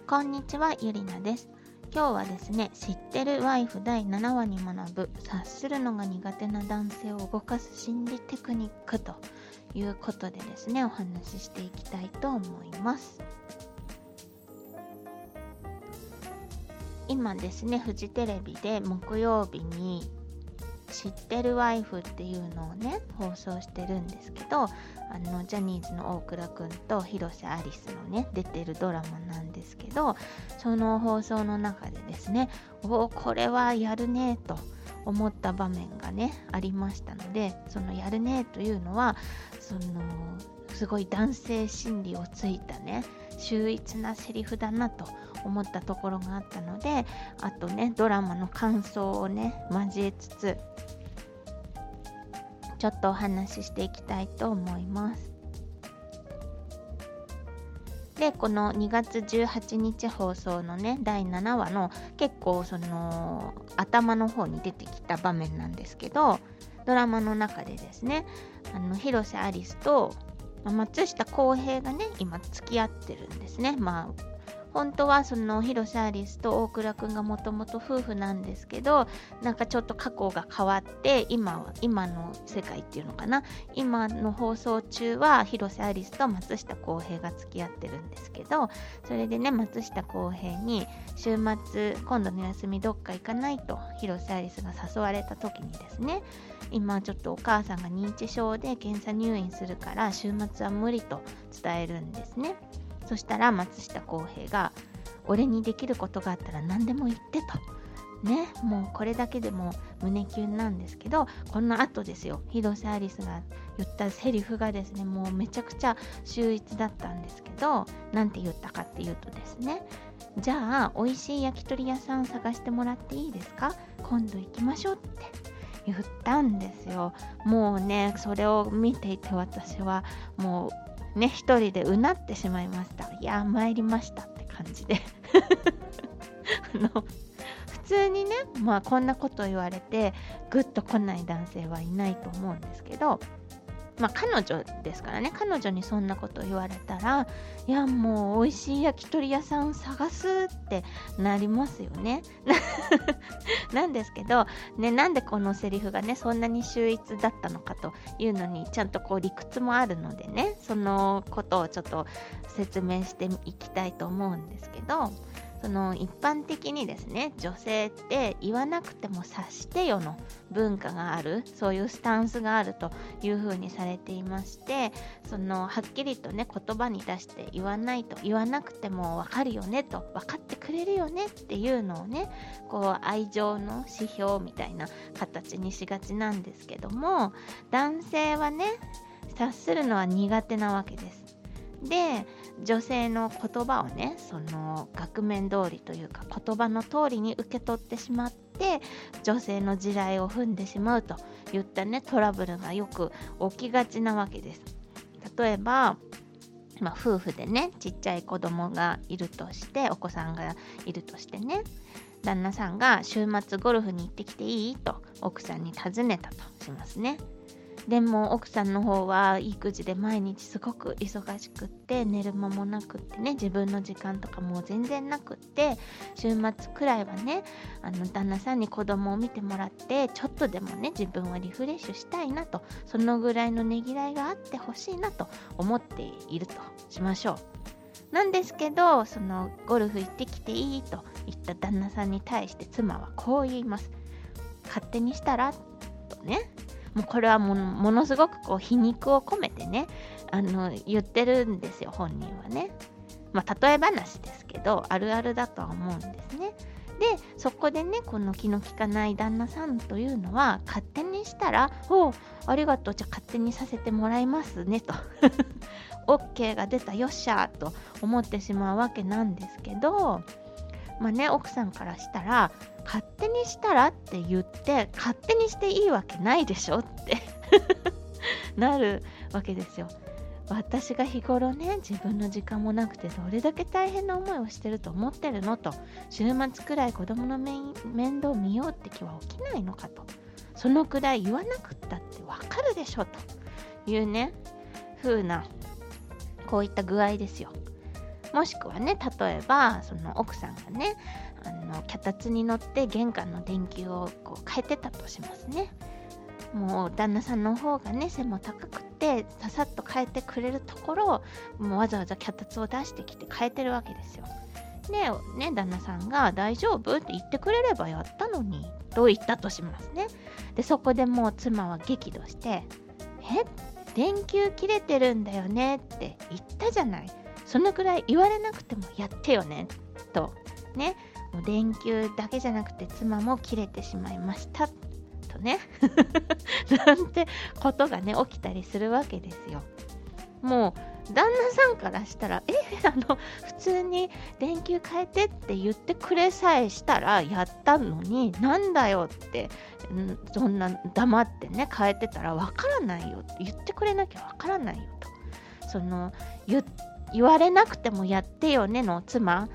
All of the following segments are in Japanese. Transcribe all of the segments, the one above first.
こんにちは、ゆりなです。今日はですね、知ってるワイフ第7話に学ぶ察するのが苦手な男性を動かす心理テクニックということでですね、お話ししていきたいと思います。今ですね、フジテレビで木曜日に知ってるワイフっていうのをね放送してるんですけど、ジャニーズの大倉くんと広瀬アリスのね出てるドラマなんですけど、その放送の中でですね、これはやるねと思った場面がねありましたので、そのやるねというのはすごい男性心理をついたね秀逸なセリフだなと思ったところがあったので、あとねドラマの感想をね交えつつちょっとお話ししていきたいと思います。で、この2月18日放送のね第7話の結構頭の方に出てきた場面なんですけど、ドラマの中でですね、広瀬アリスと松下洸平がね今付き合ってるんですね。本当は広瀬アリスと大倉くんがもともと夫婦なんですけど、なんかちょっと過去が変わって今の世界っていうのかな、今の放送中は広瀬アリスと松下洸平が付き合ってるんですけど、それでね松下洸平に週末今度の休みどっか行かないと広瀬アリスが誘われた時にですね、今ちょっとお母さんが認知症で検査入院するから週末は無理と伝えるんですね。そしたら松下洸平が、俺にできることがあったら何でも言ってとね、もうこれだけでも胸キュンなんですけど、この後ですよ、広瀬アリスが言ったセリフがですねもうめちゃくちゃ秀逸だったんですけど、なんて言ったかっていうとですね、じゃあ美味しい焼き鳥屋さん探してもらっていいですか、今度行きましょうって言ったんですよ。もうねそれを見ていて私はもうね一人でうなってしまいました。いや参りましたって感じで普通にねこんなこと言われてグッと来ない男性はいないと思うんですけど、彼女ですからね、彼女にそんなこと言われたら、いやもう美味しい焼き鳥屋さん探すってなりますよねなんですけどね、なんでこのセリフがねそんなに秀逸だったのかというのにちゃんと理屈もあるのでね、そのことをちょっと説明していきたいと思うんですけど、一般的にですね、女性って言わなくても察してよの文化がある、そういうスタンスがあるというふうにされていまして、はっきりとね言葉に出して言わないと、言わなくても分かるよねと、分かってくれるよねっていうのをね愛情の指標みたいな形にしがちなんですけども、男性はね察するのは苦手なわけです。で、女性の言葉をね額面通りというか言葉の通りに受け取ってしまって、女性の地雷を踏んでしまうといったねトラブルがよく起きがちなわけです。例えば夫婦でねちっちゃい子供がいるとして、お子さんがいるとしてね、旦那さんが週末ゴルフに行ってきていいと奥さんに尋ねたとしますね。でも奥さんの方は育児で毎日すごく忙しくって寝る間もなくってね、自分の時間とかもう全然なくって、週末くらいはね旦那さんに子供を見てもらってちょっとでもね自分はリフレッシュしたいなと、そのぐらいのねぎらいがあってほしいなと思っているとしましょう。なんですけどゴルフ行ってきていいと言った旦那さんに対して妻はこう言います。勝手にしたらとね、もうこれはものすごく皮肉を込めてね言ってるんですよ、本人はね。例え話ですけどあるあるだとは思うんですね。でそこでねこの気の利かない旦那さんというのは、勝手にしたらありがとう、じゃあ勝手にさせてもらいますねとOK が出た、よっしゃーと思ってしまうわけなんですけど、奥さんからしたら勝手にしたらって言って勝手にしていいわけないでしょってなるわけですよ。私が日頃ね自分の時間もなくてどれだけ大変な思いをしてると思ってるのと、週末くらい子供の面倒見ようって気は起きないのかと、そのくらい言わなくったってわかるでしょというね風なこういった具合ですよ。 もしくはね、例えばその奥さんがね脚立に乗って玄関の電球をこう変えてたとしますね。もう旦那さんの方がね背も高くてささっと変えてくれるところをもうわざわざ脚立を出してきて変えてるわけですよ。でね、旦那さんが大丈夫って言ってくれればやったのにと言ったとしますね。でそこでもう妻は激怒して、電球切れてるんだよねって言ったじゃない、そのくらい言われなくてもやってよねとね、もう電球だけじゃなくて妻も切れてしまいましたとねなんてことがね起きたりするわけですよ。もう旦那さんからしたら普通に電球変えてって言ってくれさえしたらやったのになんだよって、そんな黙ってね変えてたらわからないよ、言ってくれなきゃわからないよと、その言われなくてもやってよねの妻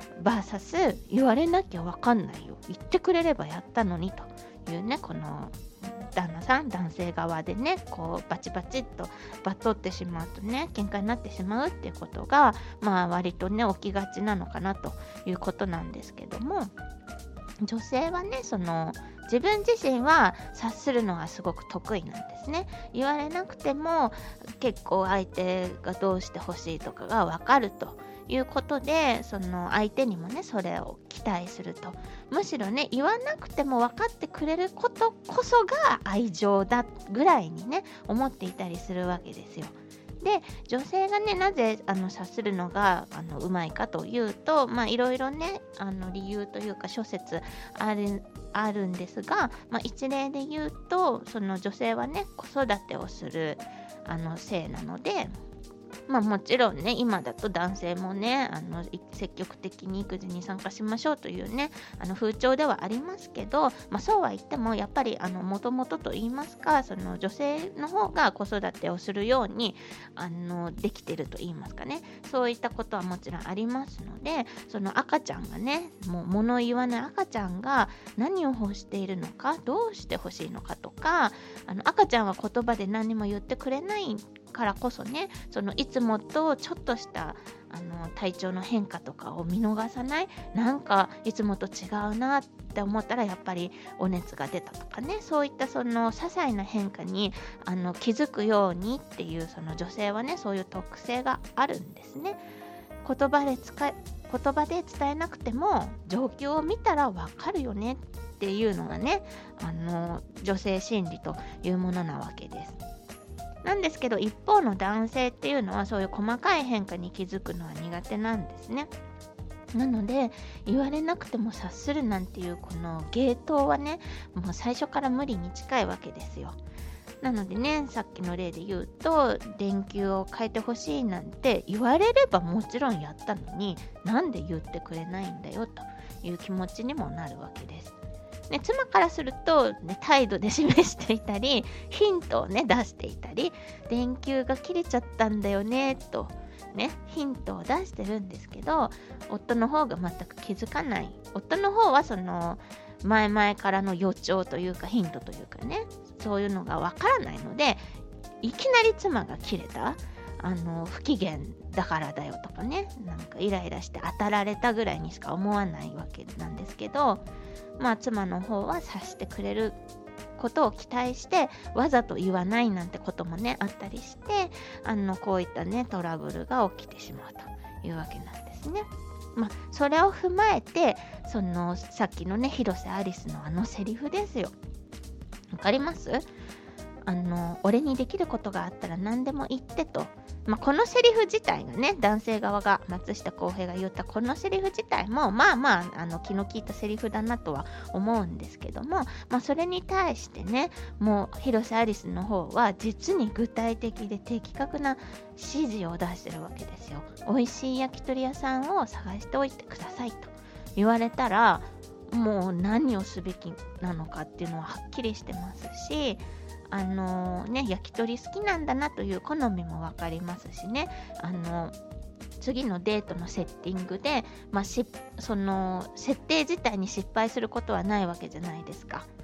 VS 言われなきゃわかんないよ、言ってくれればやったのにというね、この男性側でねこうバチバチっとバトってしまうとね喧嘩になってしまうっていうことが割とね起きがちなのかなということなんですけども、女性はねその自分自身は察するのがすごく得意なんですね。言われなくても結構相手がどうしてほしいとかが分かるということで、その相手にもねそれを期待すると、むしろね言わなくても分かってくれることこそが愛情だぐらいにね思っていたりするわけですよ。で女性がねなぜ察するのがうまいかというと、いろいろね理由というか諸説あるんですが、一例で言うとその女性はね子育てをするせいなので、もちろんね今だと男性もね積極的に育児に参加しましょうというね風潮ではありますけど、そうは言ってもやっぱりもともとと言いますか、その女性の方が子育てをするようにできてると言いますかね、そういったことはもちろんありますので、その赤ちゃんがねもう物言わない赤ちゃんが何を欲しているのか、どうして欲しいのかとか、赤ちゃんは言葉で何も言ってくれないからこそね、そのいつもとちょっとした体調の変化とかを見逃さない、なんかいつもと違うなって思ったらやっぱりお熱が出たとかね、そういったその些細な変化に気づくようにっていう、その女性はねそういう特性があるんですね。言葉で伝えなくても状況を見たらわかるよねっていうのがね女性心理というものなわけです。なんですけど一方の男性っていうのはそういう細かい変化に気づくのは苦手なんですね。なので言われなくても察するなんていうこの芸当はねもう最初から無理に近いわけですよ。なのでねさっきの例で言うと電球を変えてほしいなんて言われればもちろんやったのになんで言ってくれないんだよという気持ちにもなるわけです。ね、妻からすると、態度で示していたりヒントをね出していたり、電球が切れちゃったんだよねとねヒントを出してるんですけど、夫の方が全く気づかない。夫の方はその前々からの予兆というかヒントというかね、そういうのがわからないので、いきなり妻が切れた不機嫌だからだよとかね、なんかイライラして当たられたぐらいにしか思わないわけなんですけど、妻の方は察してくれることを期待してわざと言わないなんてこともねあったりして、こういったねトラブルが起きてしまうというわけなんですね。それを踏まえてそのさっきのね広瀬アリスのセリフですよ。わかります？俺にできることがあったら何でも言ってと、このセリフ自体がね男性側が松下洸平が言ったこのセリフ自体も気の利いたセリフだなとは思うんですけども、それに対してねもう広瀬アリスの方は実に具体的で的確な指示を出してるわけですよ。美味しい焼き鳥屋さんを探しておいてくださいと言われたらもう何をすべきなのかっていうのははっきりしてますし、焼き鳥好きなんだなという好みも分かりますしね、次のデートのセッティングで、その設定自体に失敗することはないわけじゃないですか。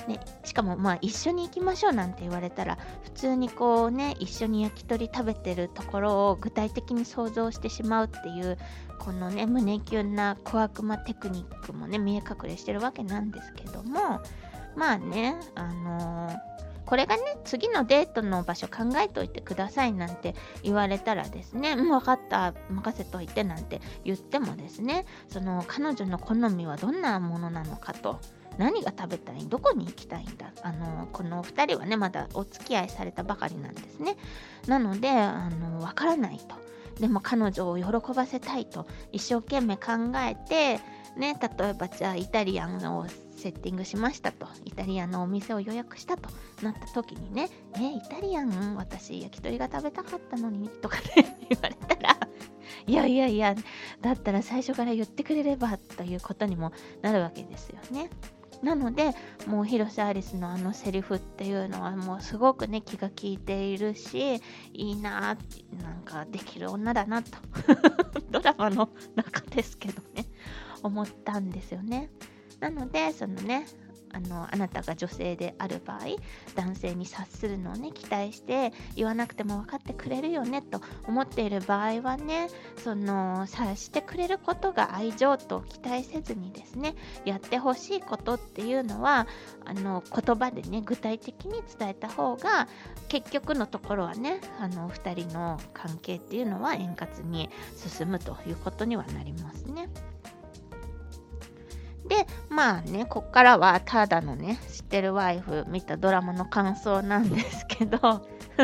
ね、しかもまあ一緒に行きましょうなんて言われたら、普通にこうね、一緒に焼き鳥食べてるところを具体的に想像してしまうっていう、このね、胸キュンな小悪魔テクニックもね、見え隠れしてるわけなんですけども、まあね、これがね、次のデートの場所考えといてくださいなんて言われたらですね、分かった、任せといてなんて言ってもですね、その彼女の好みはどんなものなのかと、何が食べたい、どこに行きたいんだ、この2人はね、まだお付き合いされたばかりなんですね。なので、わからないと。でも彼女を喜ばせたいと一生懸命考えて、ね、例えばじゃあイタリアンをセッティングしましたと、イタリアンのお店を予約したとなった時にね、イタリアン私焼き鳥が食べたかったのにとかね言われたら、いやいやいや、だったら最初から言ってくれればということにもなるわけですよね。なので、もう広瀬アリスのあのセリフっていうのはもうすごくね、気が利いているし、いいなって、なんかできる女だなとドラマの中ですけどね、思ったんですよね。なので、そのね、あなたが女性である場合、男性に察するのをね、期待して言わなくても分かってくれるよねと思っている場合はね、その察してくれることが愛情と期待せずにですね、やってほしいことっていうのは言葉でね、具体的に伝えた方が、結局のところはね、2人の関係っていうのは円滑に進むということにはなりますね。で、まあね、こっからはただのね、知ってるワイフ見たドラマの感想なんですけど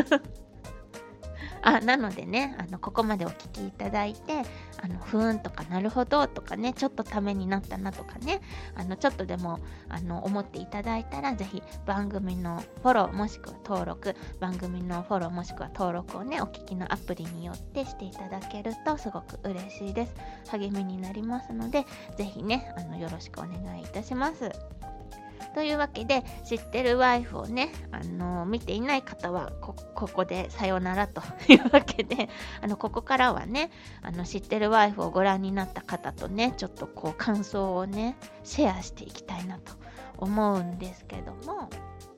なのでね、ここまでお聞きいただいて、ふーんとかなるほどとかね、ちょっとためになったなとかね、ちょっとでも思っていただいたら、ぜひ番組のフォローもしくは登録、番組のフォローもしくは登録をね、お聞きのアプリによってしていただけるとすごく嬉しいです。励みになりますので、ぜひね、よろしくお願いいたします。というわけで、知ってるワイフをね、見ていない方はここでさよならというわけで、ここからはね、知ってるワイフをご覧になった方とね、ちょっとこう感想をね、シェアしていきたいなと思うんですけども、